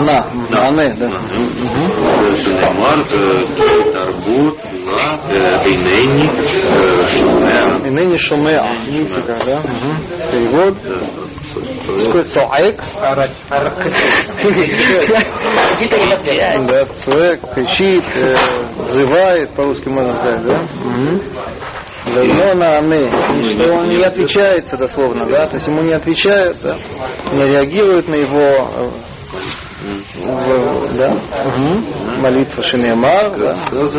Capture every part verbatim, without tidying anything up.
Ана, Ане, да. Шенемар, Тарбут, Ла, Инейни, Шумеа. Инейни Шумеа. Видите как, да? Перевод. Такой цоэк. Да, цоэк кричит, взывает, по-русски можно сказать, да? Но на Ане, что он не отвечается дословно, да, то есть ему не отвечают, да, не реагируют на его в, да, угу. молитва Шенемар, да.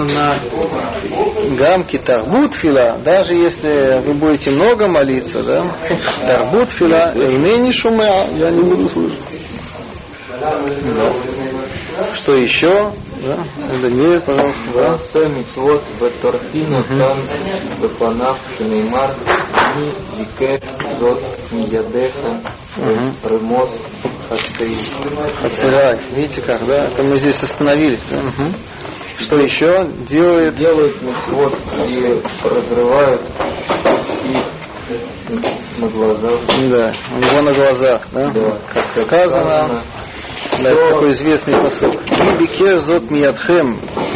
Гамки Тарбут Фила, даже если вы будете много молиться, да, Тарбут Фила, Инейни Шумеа, я не буду слышать. Да. Что еще? Да? Даниэль, пожалуйста. Да. Мицвот беторфину там бепанав шенеймар ни викеш зот миядеха ремос хацей. Хацерай. Видите как, да? Это мы здесь остановились. Да? Угу. Что еще делает? Делают мицвот и разрывают и на глазах. Да, у него на глазах, да? Да. Как сказано. Да, это такой известный посыл. Бикеш зот миядхем.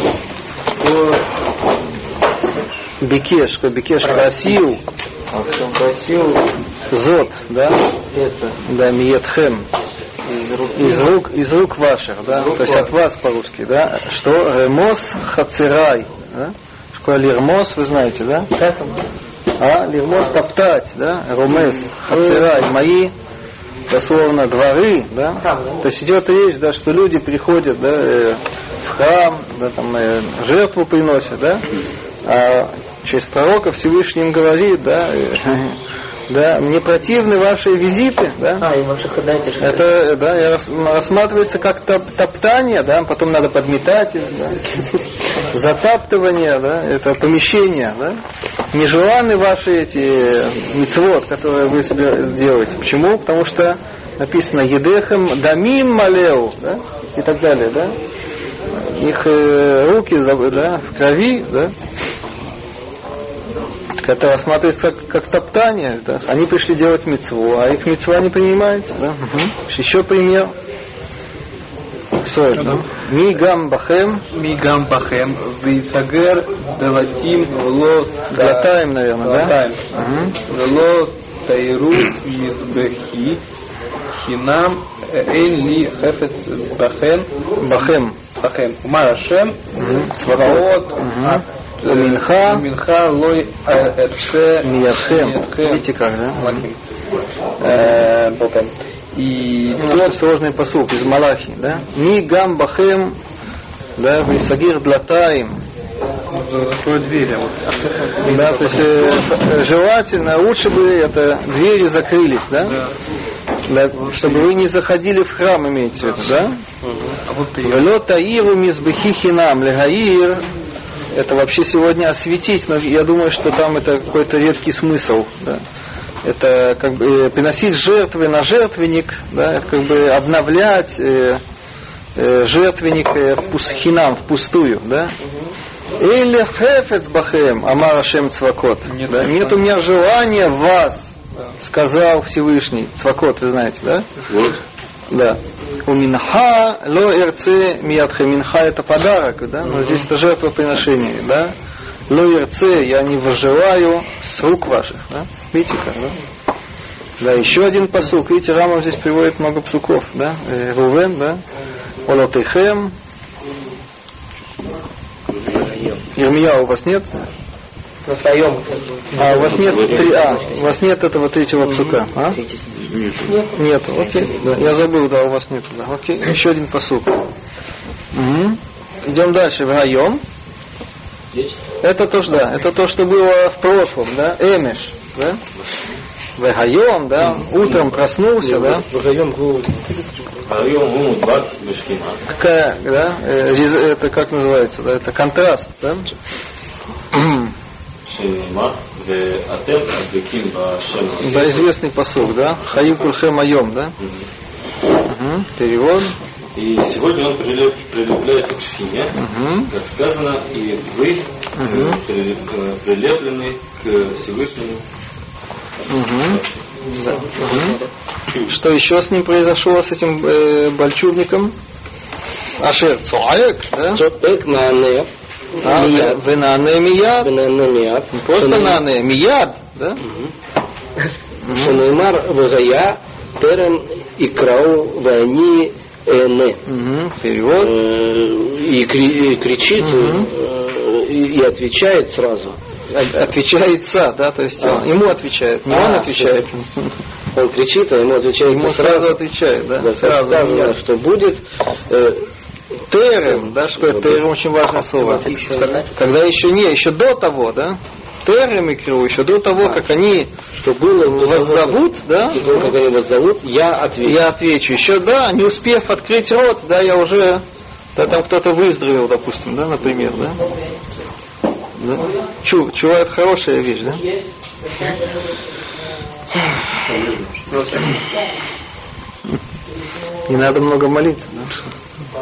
Бикеш, что бикеш просил. А кто просил? Зот, да? Это. Да, миядхем. Из рук, из рук, из рук ваших, да? То есть от вас по-русски, да? Что ремос хацерай, да? Что лирмос, вы знаете, да? А, лирмос топтать, да? Ромес хацерай, мои дословно дворы, да? Храм, да? То есть идет речь, да, что люди приходят, да, э, в храм, да, там э, жертву приносят, да, а через пророка Всевышний им говорит, да, э, да, мне противны ваши визиты, да. А, и ваши ходайте, что это, да, и рас, рассматривается как топ, топтание, да, потом надо подметать, да, затаптывание, да, это помещение, да. Нежеланы ваши эти мицвот, которые вы себе делаете. Почему? Потому что написано едехем дамим малеу, да, и так далее, да. Их э, руки, да, в крови, да. Это рассматривается как, как топтание, да. Они пришли делать мицву, а их мицва не принимается, да. Угу. Еще пример. Что это? Мигам бахем. Мигам бахем. Висагер делатим вло. Глотаем, наверное, Глотаем. Да? Вло тайру мизбехи. Хинам эйн ли хефец бахем. Бахем. Бахем. Марашем. Свобод. Минха. Минха лой эрце миядхем. Видите как, да? Потом. И тот сложный посук из Малахи, да? Ми гам бахем, да, висагир длатаим. Закрой двери. Да, то есть э, желательно, лучше бы это двери закрылись, да? Да, чтобы вы не заходили в храм, имеете в виду, да? Вело таиру мизбехи хинам легаир. Это вообще сегодня осветить, но я думаю, что там это какой-то редкий смысл, да? Это как бы приносить жертвы на жертвенник, да, это как бы обновлять э, э, жертвенник э, в пусхинам, впустую, да. Или хефец бахем, амар Ашем цвакот. Нет, да? Нет у меня желания в вас, сказал Всевышний. Цвакот, вы знаете, да? Вот. Да. У минха ло эрце миядхе. Минха это подарок, да? Но здесь это жертвоприношение, да? Ло эрце, я не возжелаю с рук ваших, да? Видите как, да? Да, еще один пасук. Видите, Рамов здесь приводит много псуков, да? Э, Рувен, да? Олотейхем. Ирмия у вас нет? на своем. А у вас нет три, а, у вас нет этого третьего псука, а? Нет. Нет, окей. Да, я забыл, да, у вас нет. Да, окей. Еще один пасук. Угу. Идем дальше. Вгаем. Это то, что, да, это то, что было в прошлом, да? Эмеш, да? Вгаем, да? Утром проснулся, да? Вгаем гу. Вгаем гу бак мешкина. Какая, да? Это как называется, да? Это контраст, да? Да, известный посук, да? Хаю кульхем айом, да? Угу. Перевод. И сегодня он прилеп, прилепляется к шхине, угу. Как сказано, и вы угу. прилеплены к Всевышнему. Угу. Да. Угу. Что еще с ним произошло, с этим э, бальчужником? Ашер цоэк, да? צועק מענה, А, мияд. венане мияд. ונענה מיד. Не просто нане, мияд, да? שנאמר והיה טרם יקראו ואני אענה. Мгм. Перевод. Э, И кри- и кричит, Мгм. э, и отвечает сразу. От- Отвечается, да, то есть он, ему отвечает, не А, он отвечает. Он кричит, а ему отвечает Ему сразу отвечает, да, Да, сразу. сказано, мияд. что будет э, Терем, да, что это терем очень важное слово. Когда еще не, еще до того, да, терем и крю, еще до того, как они что было, вас зовут, да, до того, как они вас зовут, я отвечу. я отвечу. Еще, да, не успев открыть рот, да, я уже, да, там кто-то выздоровел, допустим, да, например, да. Да. Чу, чува, это хорошая вещь, да? Не надо много молиться, да?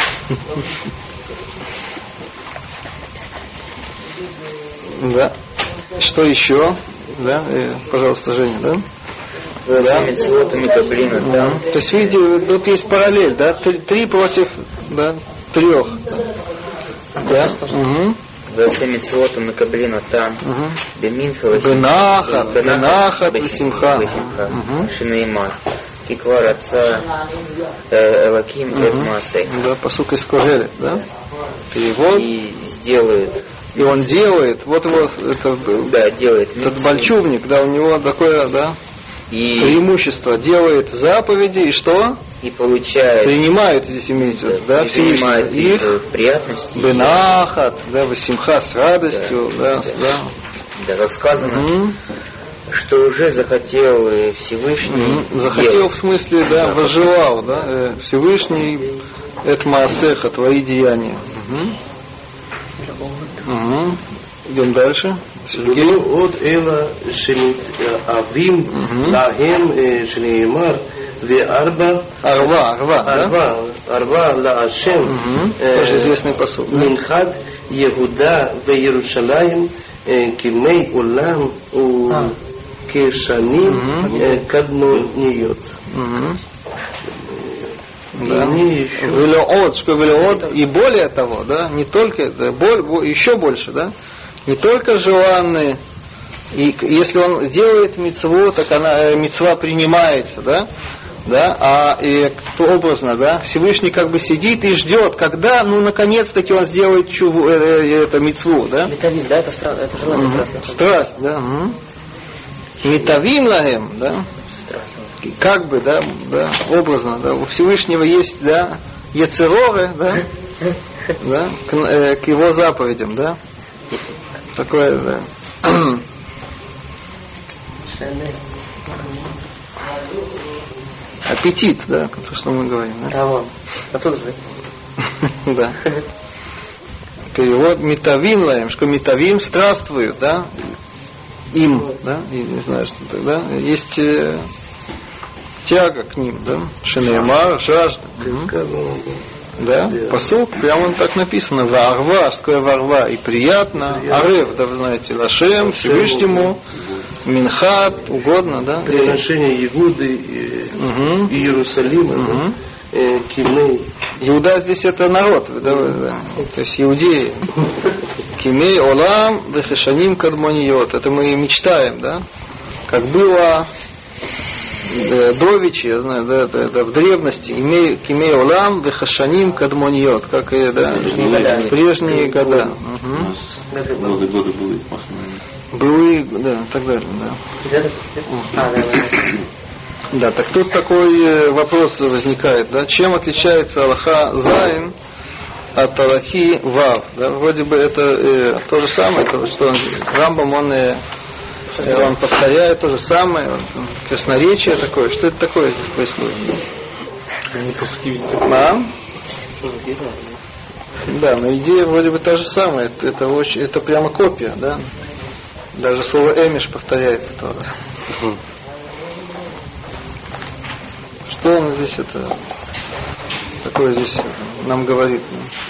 Да. Что еще? Да, э, пожалуйста, Женя, да? Да. Мгм. То есть, видите, тут есть параллель, да? Три, три против, да, трех. Да. Угу. והמצוות ומקבלים אותם במנחה בנחת, בנחת ושמחה. שנאמר כי כבר רצה אלוקים את מעשה. Да, посук из Когелет, да? Перевод. И сделает. И он делает, вот его, это, Да, делает. этот бальчувник, да, у него такое, да, И, преимущество. Делает заповеди и что? и получает. Принимает, здесь имеется в виду, да, и принимает Всевышний. их Их в приятности. бенахат, да, васимха, с радостью, да, да. Да, как сказано, Мгм. что уже захотел э, Всевышний. Мгм. Захотел, делать. в смысле, да, возжелал, да, э, Всевышний, это маасеха, твои деяния. Мгм. Мгм. Идем дальше. Сергей. עוד אלא שמתאבים Mhm. להם אה, שנאמר וארבע Арва, арва, да? ארבע ארבע להשם Мгм. אה, Тоже известный посуд. да? מנחת יהודה וירושלים אה, כמי עולם וכשנים Mhm. אה, קדמוניות. Мгм. Да. И еще Велеот, что велеот, и более того, да, не только, да, боль, бо- еще больше, да, не только желанные, и к- если он делает мицву, так она, э, мицва принимается, да, да, а и, то образно, да, Всевышний как бы сидит и ждет, когда, ну, наконец-таки он сделает чуву, э, э, это мицву, да. Витамин, да, это, стра- это желание Мгм. страстно. Страсть, да. мгм. Митавим лагем, да. Как бы, да, да, образно, да, у Всевышнего есть, да, яцероры, да, да, к, э, к его заповедям, да. Такое, да. Аппетит, да, то, что мы говорим, да. Равон. Отсюда же. Да. Перевод митавим лаем, что митавим странствуют, да, им, да, я не знаю, что это, да, есть э, тяга к ним, да, шинеймар, жажда. Мгм. Да, посук, прямо он так написано, варва, что такое варва, и приятно, арев, да, вы знаете, лашем, Всевышнему, минхат, угодно, да. приношение Иуды и Мгм. и Иерусалима, Мгм. э, кимей. Иуда здесь это народ, да, да, то есть иудеи. Кимей олам вехешаним кадмониот. Это мы мечтаем, да? Как было э, Довичи, я знаю, да, это, это в древности, имей, кимей олам вехешаним кадмониот, как и да, прежние года. Мгм. Много года будет, Былые, да, так далее, да. А, да, да. Да, так тут такой э, вопрос возникает, да, чем отличается Аллаха Зайн от Аллахи Вав, да, вроде бы это э, то же самое, то, что он, Рамбам, он, э, э, он повторяет то же самое, он, красноречие такое, что это такое здесь происходит? А? Да, но идея вроде бы та же самая, это, это, очень, это прямо копия, да, даже слово эмиш повторяется тоже. Что он здесь это такое здесь нам говорит?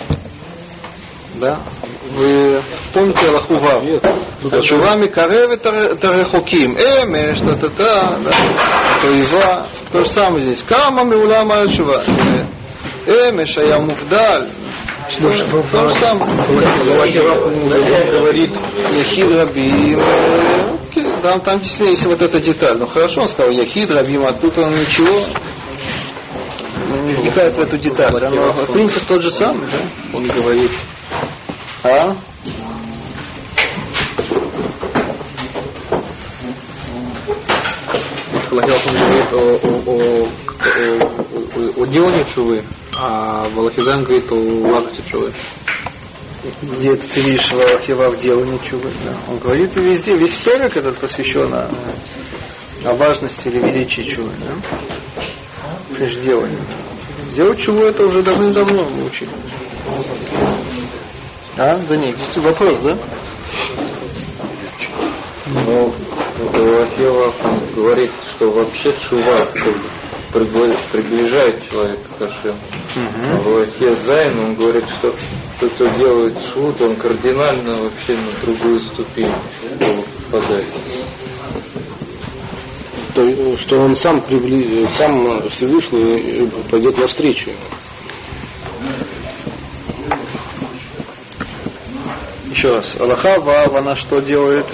Да? Вы помните Аллаху Вав? Чувами каревы тарехуким. Эме, что-то да, да. То ива. То же самое здесь. Кама миулама чува. Эмеш, а я муфдаль. Что же, то же самое. Говорит Яхид Рабим. Там, там действительно есть вот эта деталь. Ну хорошо, он сказал Яхид Рабим, а тут он ничего не вникает в эту деталь. Да? Но принцип тот же самый, да? Он говорит. А? Лахилах он говорит о, о, о, о, о делании чувы, а Валахизан говорит о лахте чувы. Где это ты видишь в Аллахе в делании чувы? Да. Он говорит везде, весь перек этот посвящен о, о важности или величии чувы. Да? Конечно, делание. Делать чуву это уже давным-давно мы учили. А? Да нет, здесь вопрос, да? Ну, Валахилах говорит, что вообще чува приближает человека к Хашему. Uh-huh. В Аллахе Зайн он говорит, что тот, кто делает чуву, он кардинально вообще на другую ступень попадает. То, что он сам, прибли... сам Всевышний пойдет навстречу ему. Еще раз. Аллаха Вав, она что делает?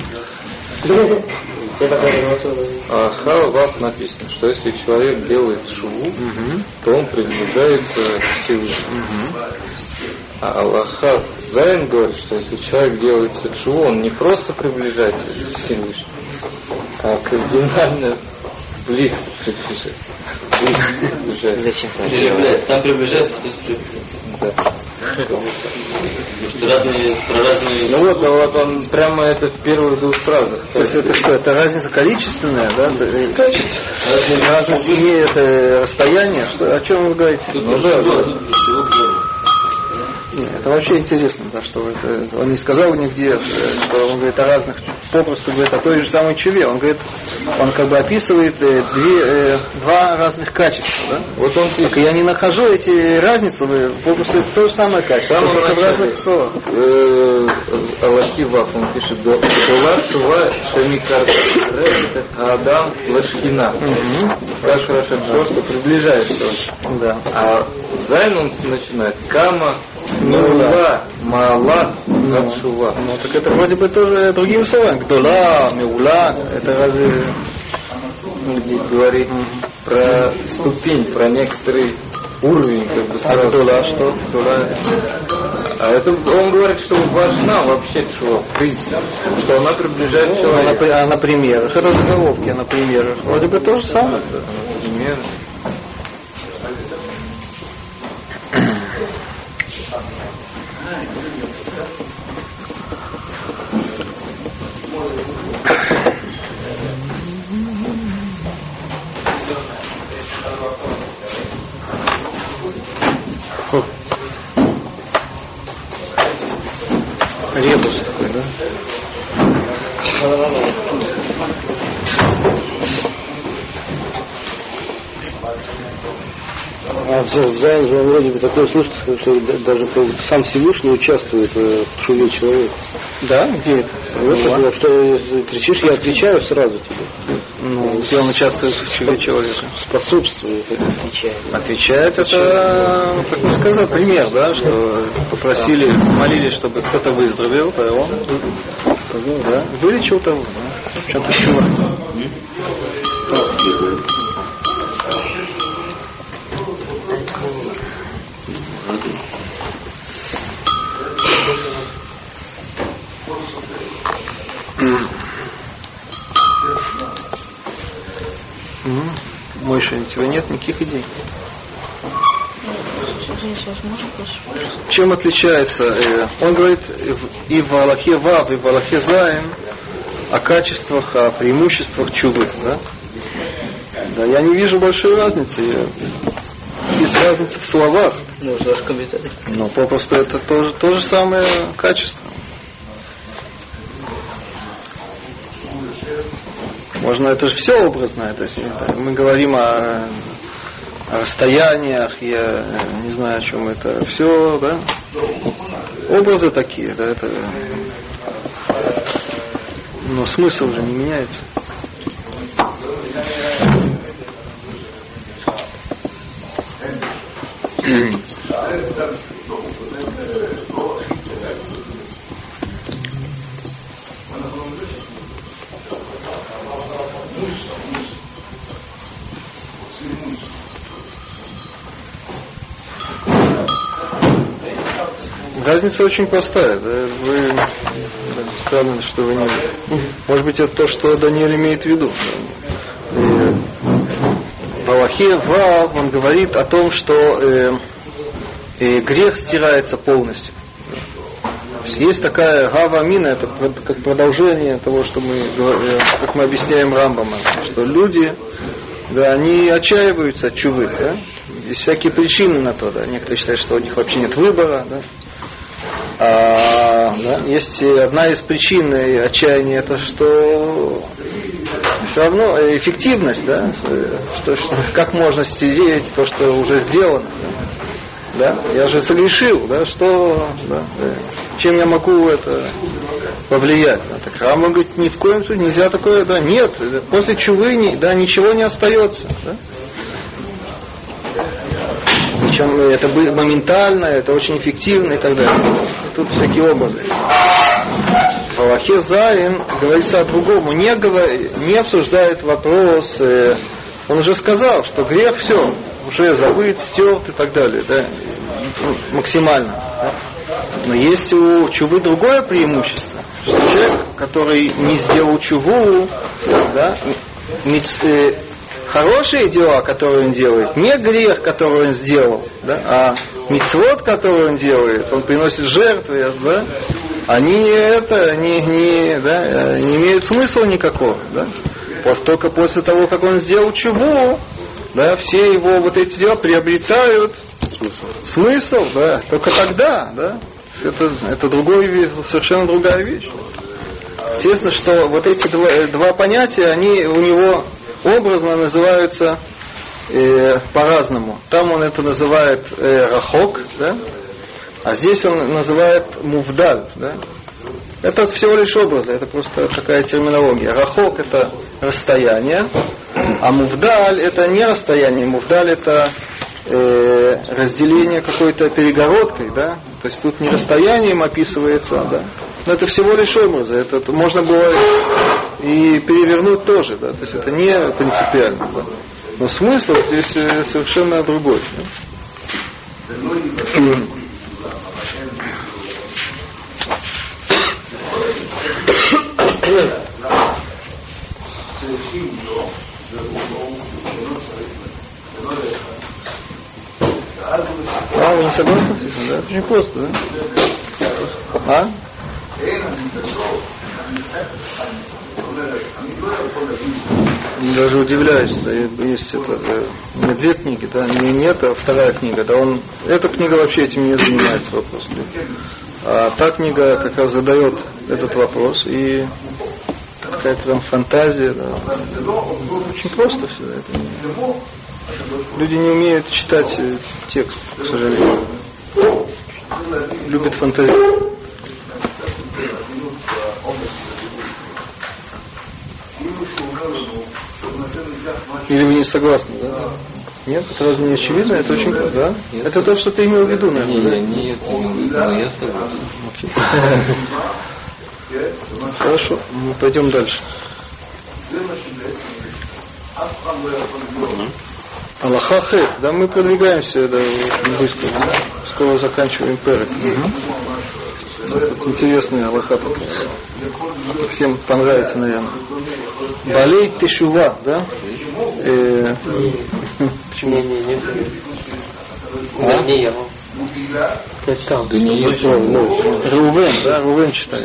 А Халват написано, что если человек делает шуву, угу. то он приближается к Всевышнему. Угу. А Аллаха Зайн говорит, что если человек делает шуву, он не просто приближается к Всевышнему, а кардинально близко приближается. Зачем так? Там приближается, тут приближается. Да. Потому что разные, про разные... Ну вот, ну вот он прямо это в первых двух фразах. То есть это что, это разница количественная, да? Качество. Разность имеет расстояние. Что, о чем вы говорите? Тут ну, да, да. Тут всего Нет, это вообще интересно, да, что это, он не сказал нигде, что он говорит о разных, попросту говорит о той же самой чуве. Он говорит, он как бы описывает две, два разных качества, да? Вот он, так я не нахожу эти разницы, попросту это то же самое качество, только в разных словах. Аллахи Ваф, он пишет, Дула Шува Шамикар Адам Лашхина. Как хорошо, то, что приближается. Да. А Зайн он начинает Кама Меула, Маала, Габшува. Ну так это вроде бы тоже другим словом. Гдола, Меула, это разве... Здесь говорит про ступень, про некоторый уровень, как бы сразу. А Гдола что? Гдола... А это он говорит, что важна вообще чего, в принципе, что она приближает ну, человека. А на примерах, это заголовки, а на примерах. Вроде бы то же самое. Например. Ребус такой, да? А в Зайн же вроде бы такое слышно, что даже сам Всевышний участвует в шуве человека. Да? Где это? Вот, что кричишь, я отвечаю сразу тебе. Ну, где он участвует в чуве человека? Способствует, отвечает. Отвечает, это, как мы сказали, пример, да, что попросили, молились, чтобы кто-то выздоровел, а он да, вылечил того, да. В чем-то чува. Мойша, у тебя нет никаких идей? Чем отличается? Э, он говорит и в Аллахе Вав, и в Аллахе Зайн о качествах, о преимуществах чувы. Да? Да, я не вижу большой разницы. Я... Есть разница в словах. Но попросту это тоже то же самое качество. Можно, это же все образно. Это, это, мы говорим о, о расстояниях, я не знаю, о чем это. Все, да? Образы такие, да, это. Но смысл уже не меняется. Разница очень простая. Да? Вы, да, странно, что вы не... Может быть, это то, что Даниэль имеет в виду. И в Алахе Вав он говорит о том, что э, э, грех стирается полностью. Есть такая Гава Амина, это как продолжение того, что мы, как мы объясняем Рамбама, что люди, да, они отчаиваются от чувы, да? Есть всякие причины на то, да? Некоторые считают, что у них вообще нет выбора, да? А, да? Есть одна из причин отчаяния, это что все равно эффективность, да? Что, что, как можно стереть то, что уже сделано, да? Да? Я же согрешил, да? Что, да? Чем я могу это повлиять? Да? Так Рамбам говорит, ни в коем случае нельзя такое, да? Нет, после чувы, да, ничего не остается, да? Причем это моментально, это очень эффективно и так далее. Тут всякие образы. В Алахе Зайн говорится о другом. Не, говор... не обсуждает вопрос. Э... Он уже сказал, что грех все, уже забыт, стерт и так далее. Да? Максимально. Да? Но есть у чувы другое преимущество. Что человек, который не сделал чуву, да, миц... э... хорошие дела, которые он делает, не грех, который он сделал, да, а мицвот, который он делает, он приносит жертвы, да, они это не, не, да, не имеют смысла никакого. Да. Только после того, как он сделал чуву, да, все его вот эти дела приобретают смысл, смысл да, только тогда. Да. Это, это другой, совершенно другая вещь. Естественно, что вот эти два, два понятия, они у него образно называются э, по-разному. Там он это называет э, рахок, да? А здесь он называет мувдаль. Да? Это всего лишь образы, это просто такая терминология. Рахок это расстояние, а мувдаль это не расстояние. Мувдаль это э, разделение какой-то перегородкой, да? То есть тут не расстоянием описывается, да? Но это всего лишь образы. Это можно было и перевернуть тоже, да? То есть это не принципиально. Да? Но смысл здесь совершенно другой. Да? А, вы не согласны с этим, да? Это очень просто, да? А? Даже удивляюсь, да, есть это, да, не две книги, да, не, не это, а вторая книга, да, он, эта книга вообще этим не занимается вопросом, да. А та книга как раз задает этот вопрос, и какая-то там фантазия, да, очень просто все, да, это не... Люди не умеют читать текст, к сожалению, любят фантазию. Или вы не согласны, да? Нет, это разве не очевидно? Это очень, да? Я это то, что ты имел в виду, наверное, не, да? Нет, но я согласен. Хорошо, мы пойдем дальше. Алаха хэт, да, мы продвигаемся, да, быстро, да? Скоро заканчиваем перек. Угу. Это интересная алаха такая. Всем понравится, наверное. Балей тешува, да? Э, почему? Не, не, не. А? Не я. Читал. Да не я. Рувен, да, Рувен читает.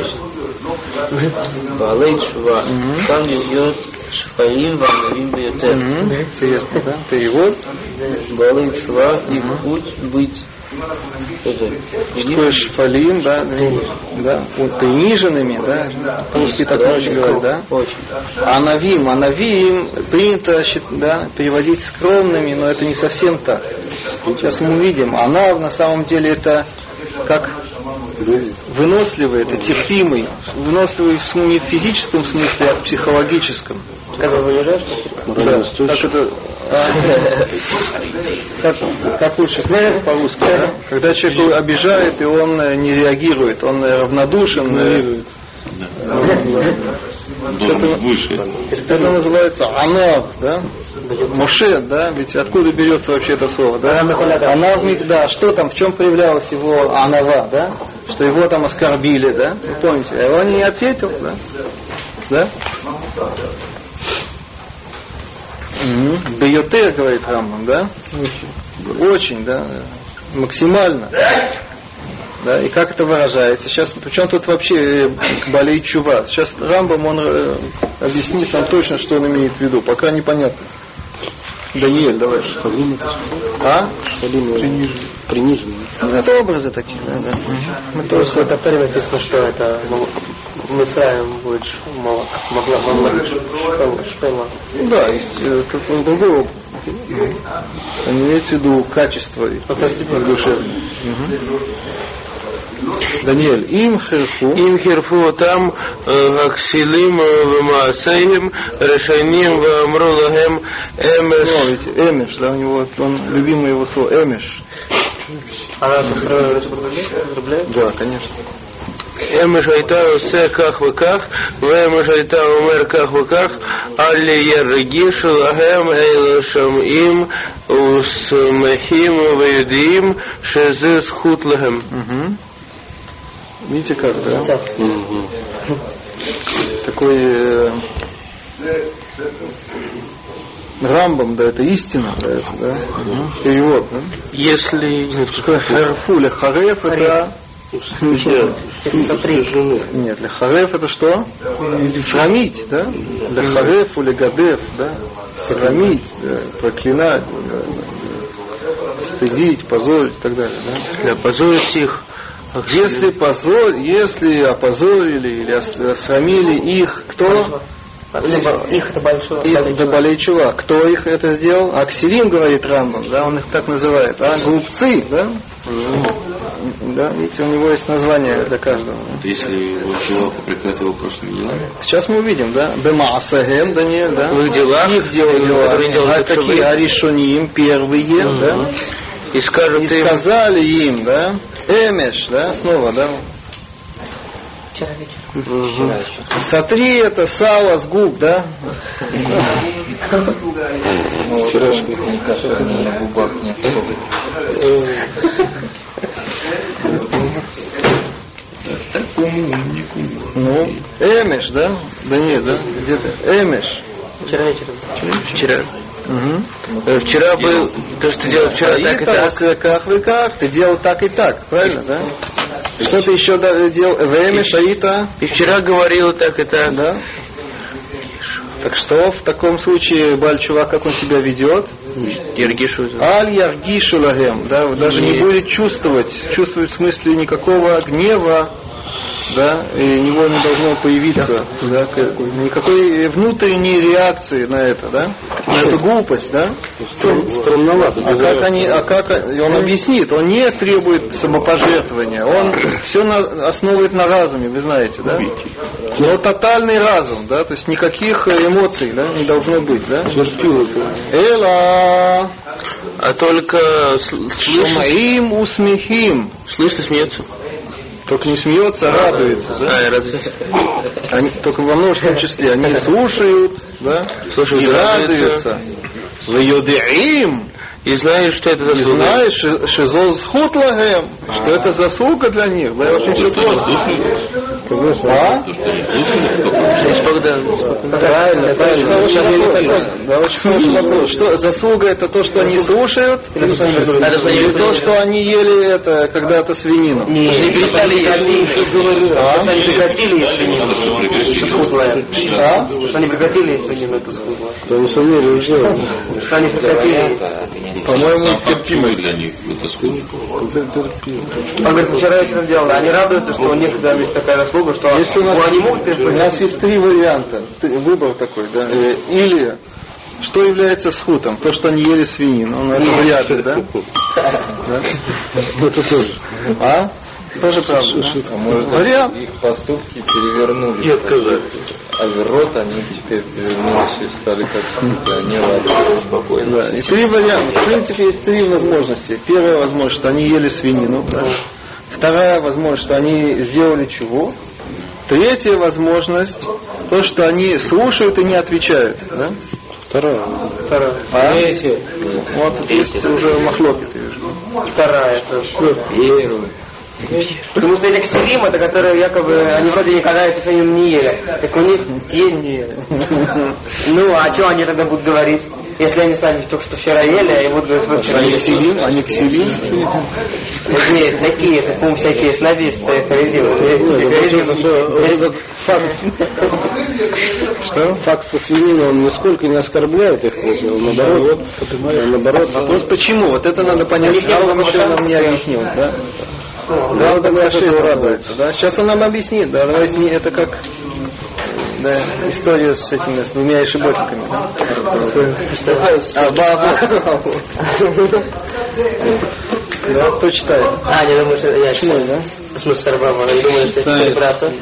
Балей тешува. Там идет шфаим ванавим бьютер. Интересно, да? Перевод. Балей тешува, их путь быть. Что такое шфалим, да, да, приниженными, да, по-русски так очень говорят, да. А навим, а навим принято, да, переводить скромными, но это не совсем так. Сейчас мы увидим, она на самом деле это как выносливый, это терпимый, выносливый не в физическом смысле, а в психологическом. Когда вы уезжаешь? Да. Как это? Как, как лучше сказать по-русски, да? Когда человек обижает, и он не реагирует, он равнодушен. Реагирует. Должен быть выше. Это называется анав, да? Моше, да? Ведь откуда берется вообще это слово, да? Анав мигда. Что там, в чем проявлялась его анава, да? Что его там оскорбили, да? Вы помните? А он не ответил, да? Да? Бейотер, говорит Рамбам, да? Очень. Очень, да? Максимально. Да, и как это выражается? Сейчас, причем тут вообще болеет чува. Сейчас Рамбам, он э, объяснит нам точно, что он имеет в виду. Пока непонятно. Даниэль, давай. А? Приниженный. Приниженный. Ну, это образы такие, да, да. Мы тоже в Тафтаре написано, что это Мисраим будет могла шпела. Да, есть э, какой-то другой опыт. Имеется в виду качество душевное. Даниэль, им хирфу. Им хирфу там аксилим вмаасейхим решайним вамру лахем эмеш. Эмеш, да, у него он любимое его слово эмеш. Она разрубляет? Да, конечно. אמש הייתה עושה כך וכך, ואמש הייתה אומר כך וכך, אל ירגישו להם אלא שומעים ושמחים ויודעים שזה זכות להם. Видите как, да? Такой э, Рамбам, да, это истина, да, это, да? Перевод, да? Если... Харфу ле хареф это... Нет, лехареф это что? Срамить, да? Лехареф или гадеф, да? Срамить, да? Проклинать, да? Стыдить, позорить и так далее, да? Да, позорить их. Если позор, если опозорили или осрамили их, кто? Их это большой. Это Балей-Чува. Кто их это сделал? Аксирим, говорит Рамбам, да, он их так называет. А глупцы, да? Да, видите, у него есть название для каждого. Это если его Чува попрекает его прошлыми делами? Сейчас мы увидим, да? Бемаасагем, Даниэль, да? В их делах. Их дела, дела. А такие аришоним, первые, да? И скажут и сказали им, да? Эмеш, да? Снова, да? Вчера вечером. Угу. Сотри это сало с губ, да? Вчерашних никак на губах нет. Ну, эмеш, да? Да нет, да? Где-то эмеш. Вчера вечером. Вчера. Угу. Вчера был то, что ты делал вчера, так и так. Как вы как? Ты делал так и так, правильно, да? Что ты еще делал? Время, шаита. И вчера говорил так и так. Да. Так что в таком случае Баль-Чува, как он себя ведет? Яргишу. Аль яргишу лагем, да, даже не будет чувствовать, чувствовать в смысле никакого гнева, да, и у него не должно появиться, да, никакой внутренней реакции на это, да, на эту глупость, да. Странновато. А как они, а как он объяснит? Он не требует самопожертвования, он все на, основывает на разуме, вы знаете, да. Но тотальный разум, да, то есть никаких эмоций, да, не должно быть, да. Эла. А только Шумаим усмехим. Слышно, смеется. Только не смеется, а радуется, да? А, радуется. Они, только во множественном числе. Они слушают, да? Слушают, и радуются. Вайодеим. И знаешь, что это за и заслуга. знаешь, шизоз хутлагем, что это заслуга для них. Да, очень все просто. А? Правильно, правильно. Да, очень хороший вопрос. Что, заслуга это то, что они слушают? Или то, что они ели это когда-то свинину? Не, не перестали есть. А? Они прекратили есть свинину. Скуплая. А? Что они прекратили есть свинину, это скуплая. То не сумели уже. Что они прекратили есть. По-моему, терпимость для них это сколько? Он говорит, вчера вечером делал. Они радуются, что у них есть такая заслуга, что если у нас, они могут у нас есть три варианта, выбор такой, да, или Что является схутом? То, что они ели свинину. Ну, это вряд ли, да? Это тоже. А? Тоже правда. А может, Вариант. их поступки перевернулись. И отказались. А в рот они теперь перевернулись и стали как скуты, они радуются спокойно. Да. И три варианта. В принципе, есть три возможности. Первая возможность, что они ели свинину. Да. Вторая возможность, что они сделали чего. Третья возможность, то, что они слушают и не отвечают. Да? Вторая. Вторая. А? Третья. Вот тут есть уже махлоки, ты видишь. Вторая, это Первый. Потому что эти ксилим, это которые якобы, они вроде никогда эту свинину не ели. Так у них есть не ели. Ну, а что они тогда будут говорить? Если они сами только что вчера ели, а и будут говорить, что вчера Они ели. ксилим, они ксилим. Нет, такие, это, по-моему, всякие снобисты, харизмы. Этот факт, что? Факт со свининой, он нисколько не оскорбляет их, он наоборот, наоборот. Вопрос почему? Вот это надо понять. Рамбам еще нам не объяснил, да? Да, он тогда Шейх радуется, да? Сейчас он нам объяснит, да, давайте не это как да, история с этими с двумя ишиботниками. Да? А, Баабо. Да, кто читает? А, не думаю, что я Почему, да? В смысле, Сарбама, не думаю, что это цelebracja.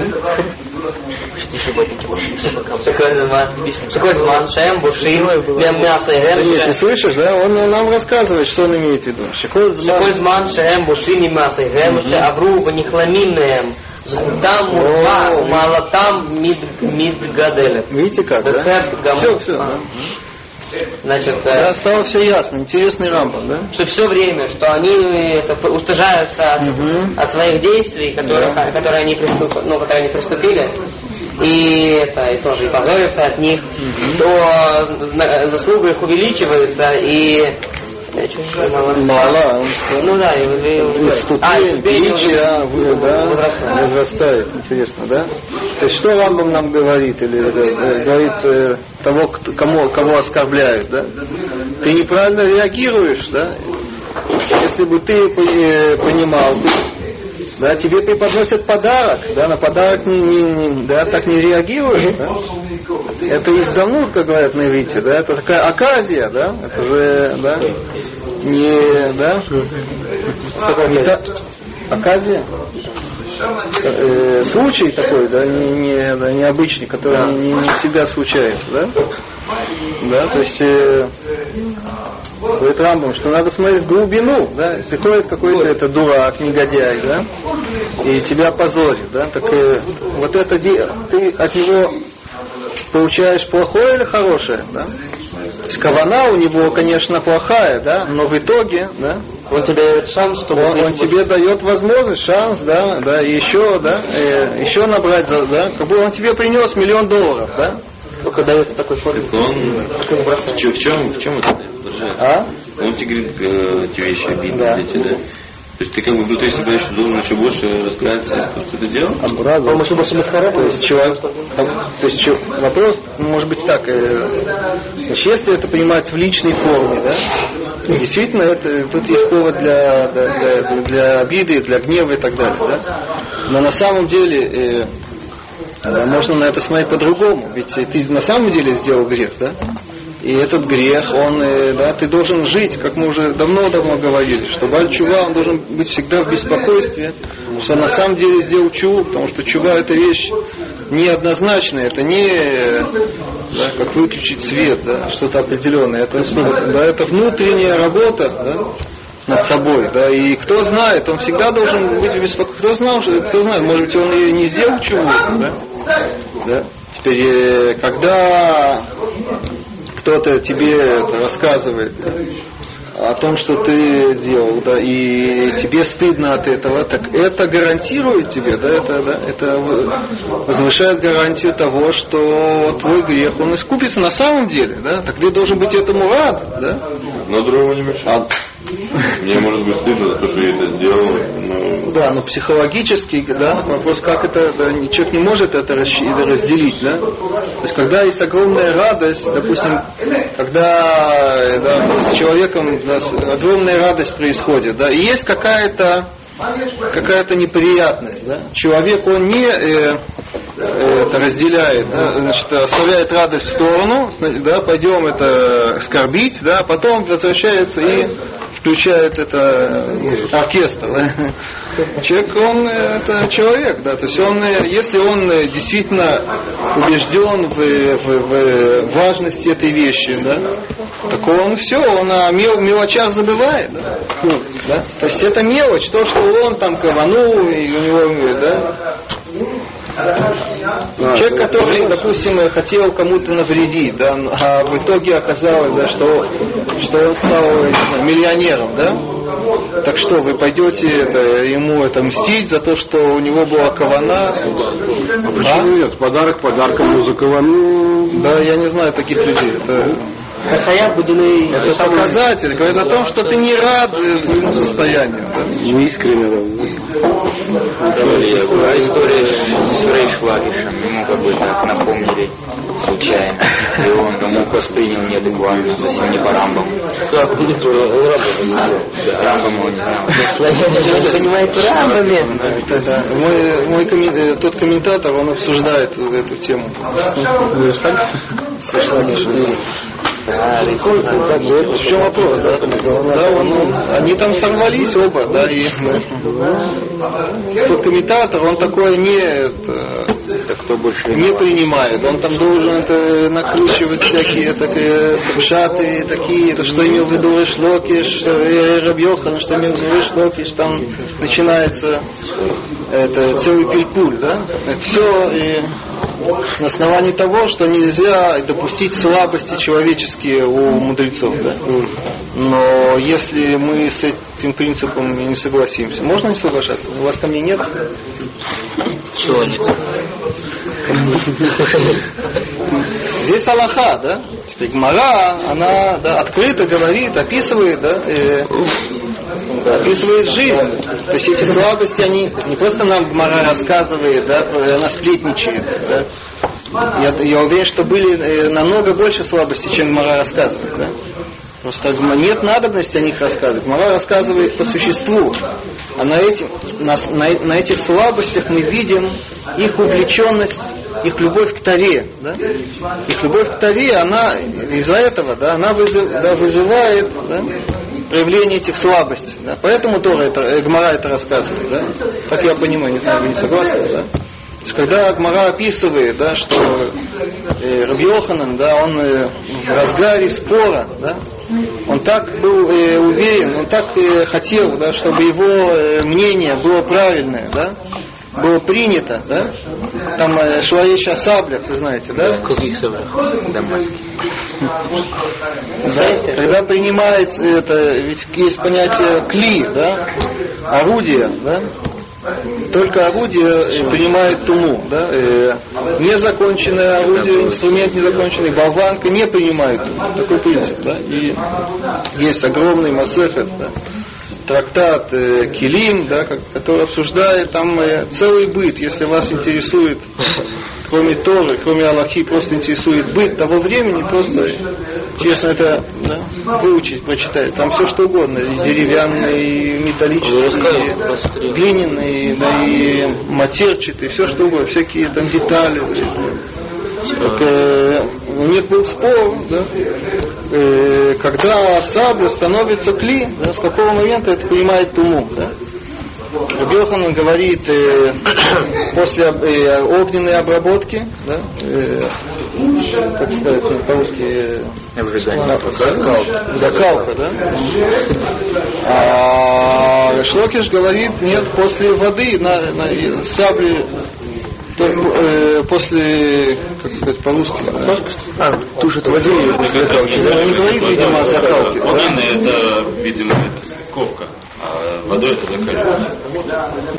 Такой зман, шем, бушим, мясо и Нет, ты гем. слышишь, да? Он нам рассказывает, что он имеет в виду. Шиколь Такой зман. зман, шем, бушим и мясо и гем, авру, нихламинным. Зхутам, мурва, малатам, мидгаделев. Видите как, да? Все, все. Да. Значит, Да, стало все ясно. Интересный Рамбам, да? что все время, что они это, устыжаются от, Мгм. от своих действий, которые, Да. которые, они приступ, ну, которые они приступили, и это и тоже и позорятся от них, то зна- заслуга их увеличивается, и я чё же мало. Мало. Ну да, и, и, а, Ступень, и теперь величие, уже да, возрастает. возрастает. Интересно, да? То есть что Рамбам нам говорит? Или э, говорит э, того, кто, кому, кого оскорбляют, да? Ты неправильно реагируешь, да? Если бы ты э, понимал, да, тебе преподносят подарок, да, на подарок не, не, не, да, так не реагируешь, да? Это издавнут, как говорят на иврите, да, это такая оказия, да, это же, да, не, да, это оказия, э, случай такой, да, не, не, да, необычный, который не, не всегда случается, да, да, то есть э, говорит Рамбам, что надо смотреть глубину, да, приходит какой-то это дурак, негодяй, да, и тебя позорит, да, так э, вот это де- ты от него получаешь плохое или хорошее, да? То есть кавана у него, конечно, плохая, да, но в итоге, да, он тебе дает шанс, чтобы он, он тебе дает возможность, шанс, да, да, еще, да, э, еще набрать, за- да, как бы он тебе принес миллион долларов, да? только дается такой форме. Он в чем, в чем, в чем это выражается? А? Он тебе говорит э, эти вещи обидные, Да. эти, да. То есть ты как бы внутри себя еще должен еще больше раскаяться, если ты что-то делал? Он еще больше то есть человек, там, то есть чё- вопрос может быть так, э, значит, если это принимать в личной форме, да, действительно это тут есть повод для, для, для, для обиды, для гнева и так далее, да. Но на самом деле э, да, можно на это смотреть по-другому, ведь ты на самом деле сделал грех, да. И этот грех, он, э, да, ты должен жить, как мы уже давно-давно говорили, что Баль Чува, он должен быть всегда в беспокойстве, что на самом деле сделал чуву, потому что чува это вещь неоднозначная, это не, э, да, как выключить свет, да, что-то определенное, это, да, это внутренняя работа, да, над собой, да, и кто знает, он всегда должен быть в беспокойстве, кто знал, что, кто знает, может быть, он и не сделал чуву, да, да. Теперь, э, когда кто-то тебе это рассказывает, да, о том, что ты делал, да, и тебе стыдно от этого, так это гарантирует тебе, да, это, да, это возвышает гарантию того, что твой грех, он искупится на самом деле, да, так ты должен быть этому рад, да. Но другого не мешает. Мне может быть стыдно за то, что я это сделал, но... Да, но психологически, да, вопрос, как это, да, человек не может это разделить, да. То есть, когда есть огромная радость, допустим, когда, да, с человеком, да, огромная радость происходит, да, и есть какая-то какая-то неприятность, да? Человек, он не э, э, это разделяет, да? Значит, оставляет радость в сторону, да, пойдем это скорбить, да, а потом возвращается и включает это оркестр, да? Человек, он это человек, да, то есть он, если он действительно убежден в, в, в важности этой вещи, да, так он все, он о мел, мелочах забывает, да? Да? То есть это мелочь, то, что он там каванул, и у него, да. Человек, который, допустим, хотел кому-то навредить, да, а в итоге оказалось, да, что, что он стал миллионером, да? Так что, вы пойдете это, ему это мстить за то, что у него была кавана? А почему нет? Подарок подарком ему за кавану. Да, я не знаю таких людей. Это... Это показатель, говорит о том, что ты не рад твоему состоянию. Да? Не искренне. Была история с Рейшлакишем, ему как бы так напомнили случайно. И он ему воспринял неадекватно, совсем не по Рамбаму. Как? Рамбам Рамбам его не знал. Не понимает в Рамбаме. Мой, мой коммен... тот комментатор, он обсуждает эту тему. С Рейшлакишем. В чем вопрос, да? Да, он, они там сорвались оба, да, и тот комментатор, он такое не, это, кто больше не принимает, он там должен это, накручивать всякие такие пшаты, такие, это, что имел в виду Рейш Локиш, Раб Йохан, что имел в виду Рейш Локиш, там начинается это, целый пилькуль, да? Это все и на основании того, что нельзя допустить слабости человеческие у мудрецов. Да? Но если мы с этим принципом не согласимся, можно не соглашаться? У вас ко мне нет? Чего нет? Здесь Аллаха, да? Теперь Гмара, она да, открыто говорит, описывает, да, э, описывает жизнь. То есть эти слабости, они не просто нам Гмара рассказывает, да, она сплетничает, да. Я, я уверен, что были э, намного больше слабостей, чем Гмара рассказывает, да. Просто нет надобности о них рассказывать. Гмара рассказывает по существу. А на, этим, на, на, на этих слабостях мы видим их увлеченность, их любовь к Торе. Да? Их любовь к Торе, она из-за этого, да, она вызыв, да, вызывает, да, проявление этих слабостей. Да? Поэтому Тора это, э, Гмара это рассказывает. Да? Так я понимаю, не знаю, вы не согласны, да? То есть, когда Гмара описывает, да, что э, Рабби Йоханан, да, он э, в разгаре спора, да, он так был э, уверен, он так э, хотел, да, чтобы его э, мнение было правильное, да, было принято, да. Там э, шла речь о саблях, вы знаете, да? В каких саблях? Дамасских. Да, когда принимается это, ведь есть понятие кли, да, орудие, да. Только орудие принимает туму, да? э, незаконченное орудие, инструмент незаконченный, болванка не принимает туму. Такой принцип, да? И есть огромный масехет, да? Трактат э, Килим, да, который обсуждает там э, целый быт, если вас интересует, кроме Торы, кроме Аллахи, просто интересует быт того времени, просто честно это, да, выучить, прочитать. Там все что угодно, и деревянные, и металлические, и глиняные, да, и матерчатые, все что угодно, всякие там детали. Так, э, у них был спор, да, э, когда сабля становится кли, да, с какого момента это принимает туму. Да? Рабби Йоханан говорит, э, после э, огненной обработки, да, э, как сказать ну, по-русски, э, закалка, закалка, да? А Рейш Локиш говорит, нет, после воды на, на сабли. То, э, после, как сказать по-русски, а, тушит в воде, он не говорит, видимо, о закалке. Огненная, да? Это, видимо, это ковка, а водой это закаливание.